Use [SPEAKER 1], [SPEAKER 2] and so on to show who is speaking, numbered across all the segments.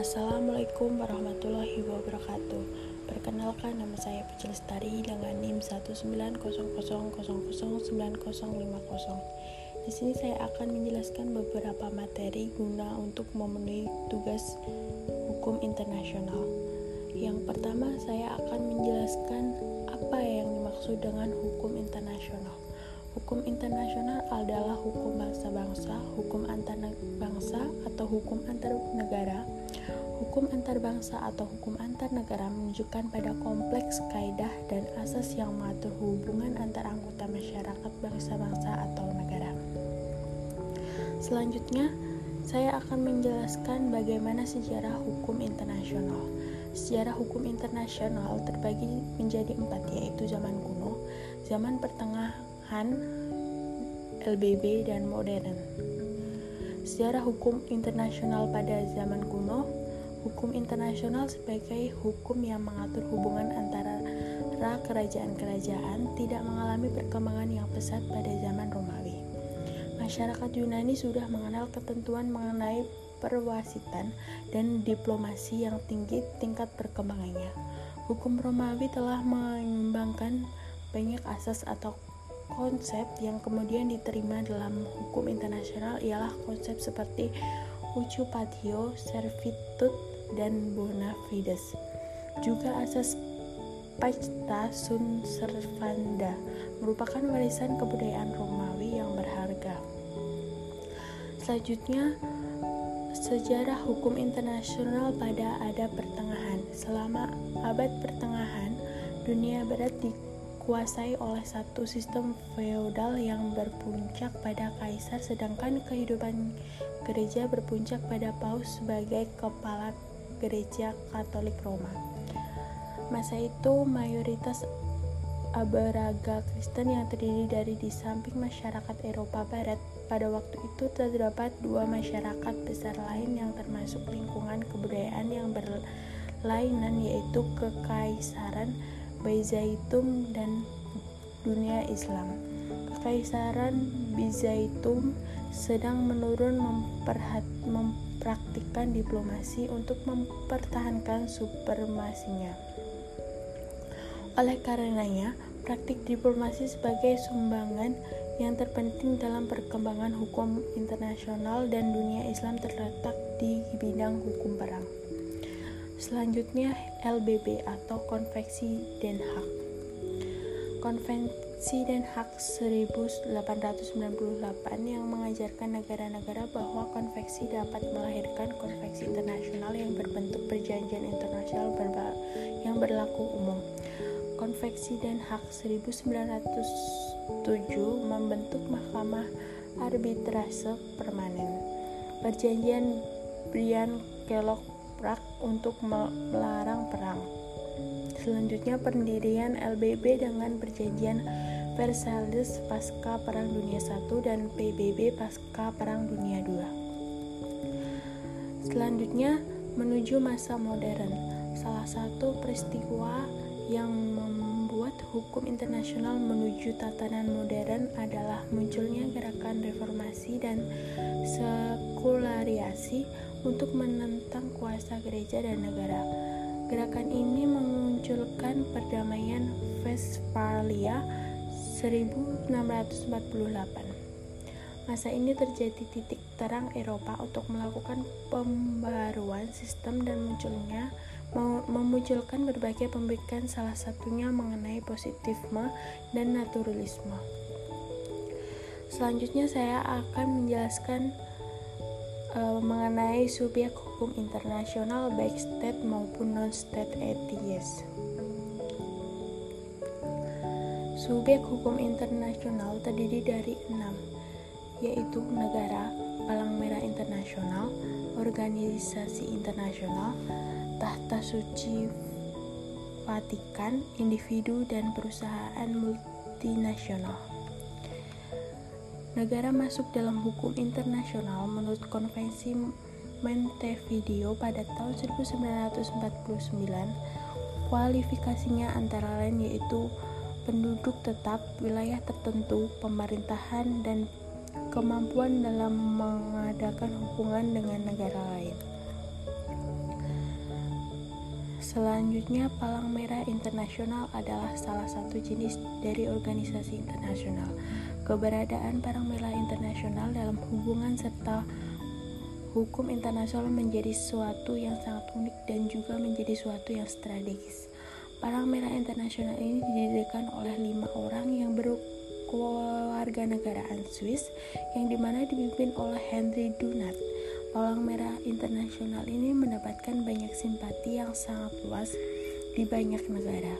[SPEAKER 1] Assalamualaikum warahmatullahi wabarakatuh. Perkenalkan, nama saya Puji Lestari dengan NIM 19000009050. Di sini saya akan menjelaskan beberapa materi guna untuk memenuhi tugas hukum internasional. Yang pertama, saya akan menjelaskan apa yang dimaksud dengan hukum internasional. Hukum internasional adalah hukum bangsa-bangsa, hukum antar bangsa atau hukum antar negara. Hukum antar bangsa atau hukum antar negara menunjukkan pada kompleks kaidah dan asas yang mengatur hubungan antar anggota masyarakat bangsa-bangsa atau negara. Selanjutnya, saya akan menjelaskan bagaimana sejarah hukum internasional. Sejarah hukum internasional terbagi menjadi 4, yaitu zaman kuno, zaman pertengahan, LBB, dan modern. Sejarah hukum internasional pada zaman kuno. Hukum internasional sebagai hukum yang mengatur hubungan antara kerajaan-kerajaan tidak mengalami perkembangan yang pesat pada zaman Romawi. Masyarakat Yunani sudah mengenal ketentuan mengenai perwasitan dan diplomasi yang tinggi tingkat perkembangannya. Hukum Romawi telah mengembangkan banyak asas atau konsep yang kemudian diterima dalam hukum internasional, ialah konsep seperti ucupatio, servitude, dan bona fides. Juga asas pacta sunt servanda merupakan warisan kebudayaan Romawi yang berharga. Selanjutnya, sejarah hukum internasional pada abad pertengahan. Selama abad pertengahan, dunia barat dikuasai oleh satu sistem feodal yang berpuncak pada kaisar, sedangkan kehidupan gereja berpuncak pada paus sebagai kepala gereja Katolik Roma. Masa itu mayoritas aberaga Kristen yang terdiri dari di samping masyarakat Eropa Barat. Pada waktu itu terdapat dua masyarakat besar lain yang termasuk lingkungan kebudayaan yang berlainan, yaitu Kekaisaran Byzantium dan dunia Islam. Kekaisaran Byzantium sedang menurun mempraktikkan diplomasi untuk mempertahankan supremasinya. Oleh karenanya, praktik diplomasi sebagai sumbangan yang terpenting dalam perkembangan hukum internasional dan dunia Islam terletak di bidang hukum perang. Selanjutnya, LBB atau Konvensi Den Haag. Konvensi Den Haag 1898 yang mengajarkan negara-negara bahwa konvensi dapat melahirkan konvensi internasional yang berbentuk perjanjian internasional yang berlaku umum. Konvensi Den Haag 1907 membentuk Mahkamah Arbitrase Permanen. Perjanjian Briand-Kellogg-Briand untuk melarang perang. Selanjutnya, pendirian LBB dengan perjanjian Versailles pasca Perang Dunia I dan PBB pasca Perang Dunia II. Selanjutnya, menuju masa modern. Salah satu peristiwa yang membuat hukum internasional menuju tatanan modern adalah munculnya gerakan reformasi dan sekularisasi untuk menentang kuasa gereja dan negara. Gerakan ini memunculkan perdamaian Westphalia 1648. Masa ini terjadi titik terang Eropa untuk melakukan pembaruan sistem dan memunculkan berbagai pemikiran, salah satunya mengenai positivisme dan naturalisme. Selanjutnya saya akan menjelaskan mengenai subjek hukum internasional baik state maupun non-state entities. Subjek hukum internasional terdiri dari 6, yaitu negara, Palang Merah Internasional, organisasi internasional, Tahta Suci Vatikan, individu, dan perusahaan multinasional. Negara masuk dalam hukum internasional menurut Konvensi Montevideo pada tahun 1949. Kualifikasinya antara lain yaitu penduduk tetap, wilayah tertentu, pemerintahan, dan kemampuan dalam mengadakan hubungan dengan negara lain. Selanjutnya, Palang Merah Internasional adalah salah satu jenis dari organisasi internasional. Keberadaan Palang Merah Internasional dalam hubungan serta hukum internasional menjadi sesuatu yang sangat unik dan juga menjadi sesuatu yang strategis. Palang Merah Internasional ini didirikan oleh 5 orang yang berkewarganegaraan Swiss, yang dimana dipimpin oleh Henry Dunant. Palang Merah Internasional ini mendapatkan banyak simpati yang sangat luas di banyak negara.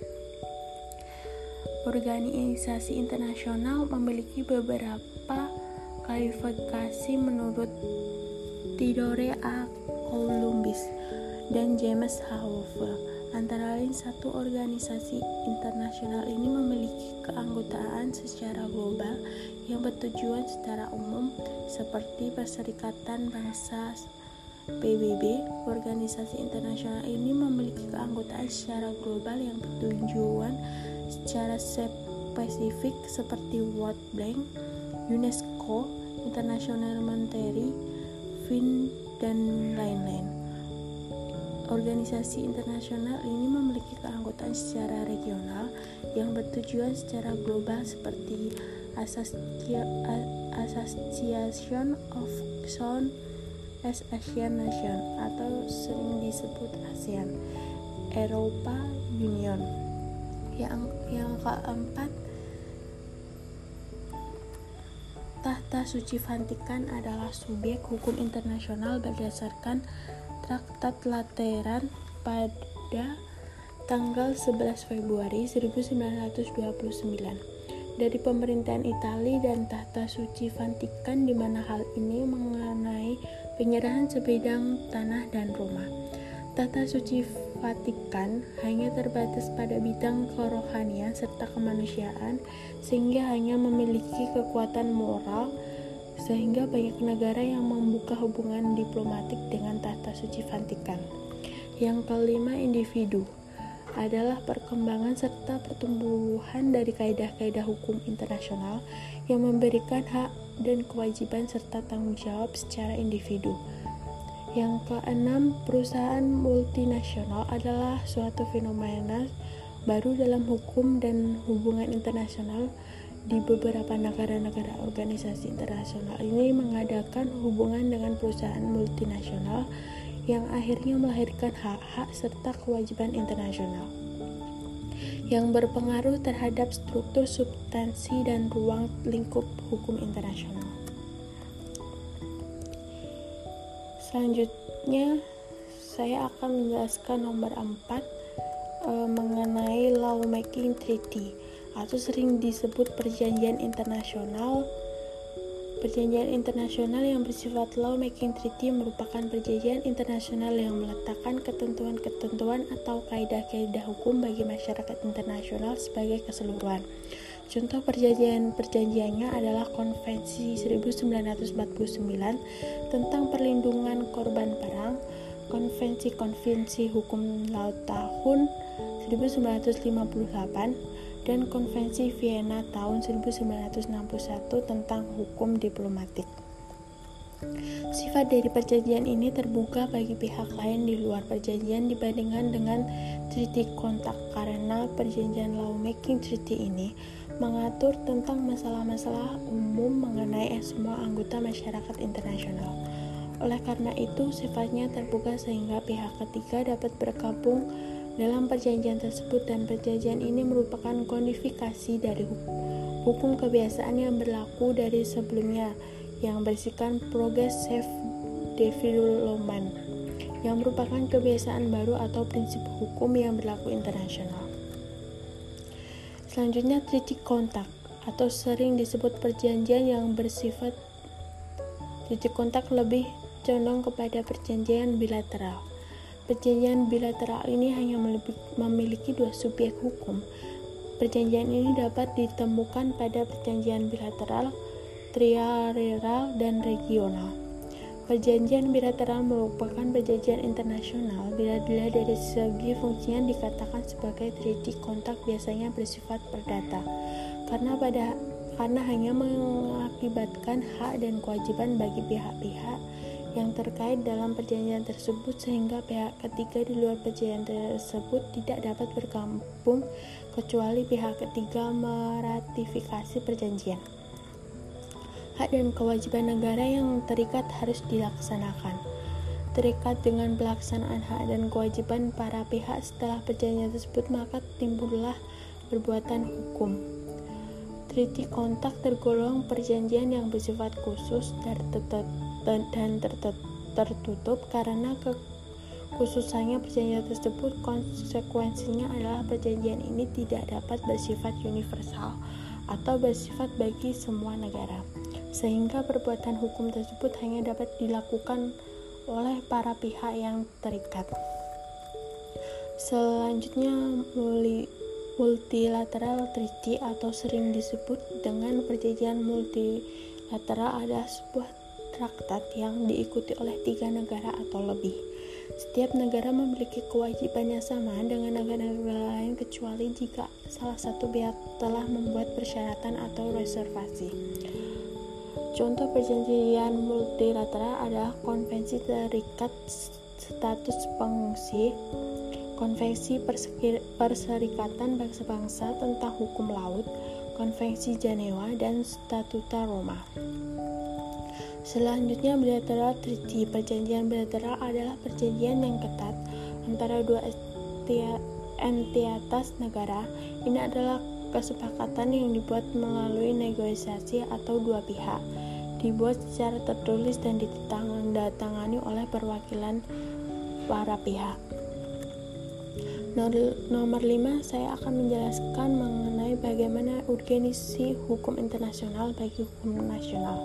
[SPEAKER 1] Organisasi internasional memiliki beberapa kualifikasi menurut Theodore A. Columbus dan James H. Hoover. Antara lain, satu organisasi internasional ini memiliki keanggotaan secara global yang bertujuan secara umum seperti Perserikatan Bangsa PBB. Organisasi internasional ini memiliki keanggotaan secara global yang bertujuan secara spesifik seperti World Bank, UNESCO, International Monetary Fund, dan lain-lain. Organisasi internasional ini memiliki keanggotaan secara regional yang bertujuan secara global seperti Association of Southeast Asian Nations atau sering disebut ASEAN, Eropa Union. Yang keempat, Tahta Suci Vatikan adalah subjek hukum internasional berdasarkan Traktat Lateran pada tanggal 11 Februari 1929 dari pemerintahan Italia dan Tahta Suci Vatikan, di mana hal ini mengenai penyerahan sebidang tanah dan rumah. Tahta Suci Vatikan hanya terbatas pada bidang kerohanian serta kemanusiaan, sehingga hanya memiliki kekuatan moral, sehingga banyak negara yang membuka hubungan diplomatik dengan Tahta Suci Vatikan. Yang kelima, individu adalah perkembangan serta pertumbuhan dari kaidah-kaidah hukum internasional yang memberikan hak dan kewajiban serta tanggung jawab secara individu. Yang keenam, perusahaan multinasional adalah suatu fenomena baru dalam hukum dan hubungan internasional. Di beberapa negara-negara, organisasi internasional ini mengadakan hubungan dengan perusahaan multinasional yang akhirnya melahirkan hak-hak serta kewajiban internasional yang berpengaruh terhadap struktur, substansi, dan ruang lingkup hukum internasional. Selanjutnya, saya akan menjelaskan nomor 4 mengenai Lawmaking Treaty, atau sering disebut perjanjian internasional. Perjanjian internasional yang bersifat Lawmaking Treaty merupakan perjanjian internasional yang meletakkan ketentuan-ketentuan atau kaidah-kaidah hukum bagi masyarakat internasional sebagai keseluruhan. Contoh perjanjiannya adalah Konvensi 1949 tentang perlindungan korban perang, Konvensi Hukum Laut tahun 1958, dan Konvensi Vienna tahun 1961 tentang hukum diplomatik. Sifat dari perjanjian ini terbuka bagi pihak lain di luar perjanjian dibandingkan dengan Treaty Contact, karena perjanjian Lawmaking Treaty ini mengatur tentang masalah-masalah umum mengenai semua anggota masyarakat internasional. Oleh karena itu, sifatnya terbuka sehingga pihak ketiga dapat bergabung dalam perjanjian tersebut, dan perjanjian ini merupakan kodifikasi dari hukum kebiasaan yang berlaku dari sebelumnya yang berisikan Progressive Development, yang merupakan kebiasaan baru atau prinsip hukum yang berlaku internasional. Selanjutnya, Treaty Contact, atau sering disebut perjanjian yang bersifat Treaty Contact lebih condong kepada perjanjian bilateral. Perjanjian bilateral ini hanya memiliki 2 subjek hukum. Perjanjian ini dapat ditemukan pada perjanjian bilateral, trilateral, dan regional. Perjanjian bilateral merupakan perjanjian internasional bila dari segi fungsinya dikatakan sebagai treaty contact, biasanya bersifat perdata karena hanya mengakibatkan hak dan kewajiban bagi pihak-pihak yang terkait dalam perjanjian tersebut sehingga pihak ketiga di luar perjanjian tersebut tidak dapat bergabung kecuali pihak ketiga meratifikasi perjanjian. Hak dan kewajiban negara yang terikat harus dilaksanakan. Terikat dengan pelaksanaan hak dan kewajiban para pihak setelah perjanjian tersebut, maka timbullah perbuatan hukum. Treaty Kontak tergolong perjanjian yang bersifat khusus dan tertutup karena kekhususannya perjanjian tersebut. Konsekuensinya adalah perjanjian ini tidak dapat bersifat universal atau bersifat bagi semua negara, sehingga perbuatan hukum tersebut hanya dapat dilakukan oleh para pihak yang terikat. Selanjutnya, multilateral treaty atau sering disebut dengan perjanjian multilateral adalah sebuah traktat yang diikuti oleh 3 negara atau lebih. Setiap negara memiliki kewajiban yang sama dengan negara-negara lain kecuali jika salah satu pihak telah membuat persyaratan atau reservasi. Contoh perjanjian multilateral adalah Konvensi Terikat Status Pengungsi, Konvensi Perserikatan Bangsa-Bangsa tentang Hukum Laut, Konvensi Jenewa, dan Statuta Roma. Selanjutnya, bilateral treaty. Perjanjian bilateral adalah perjanjian yang ketat antara dua entitas negara. Ini adalah kesepakatan yang dibuat melalui negosiasi atau dua pihak, dibuat secara tertulis dan ditandatangani oleh perwakilan para pihak. Nomor 5, saya akan menjelaskan mengenai bagaimana urgensi hukum internasional bagi hukum nasional.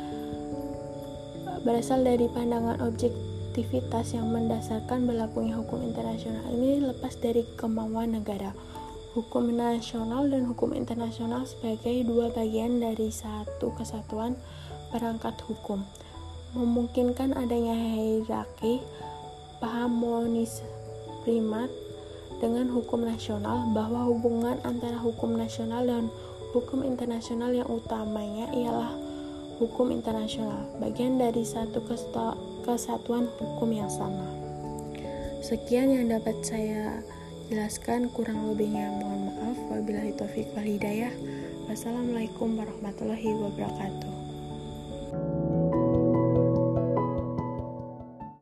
[SPEAKER 1] Berasal dari pandangan objektivitas yang mendasarkan berlakunya hukum internasional ini lepas dari kemauan negara. Hukum nasional dan hukum internasional sebagai dua bagian dari satu kesatuan perangkat hukum, memungkinkan adanya hierarki, paham monis primat dengan hukum nasional, bahwa hubungan antara hukum nasional dan hukum internasional yang utamanya ialah hukum internasional, bagian dari satu kesatuan hukum yang sama. Sekian yang dapat saya jelaskan, kurang lebihnya mohon maaf. Wabillahi taufiq wal hidayah. Wassalamualaikum warahmatullahi wabarakatuh.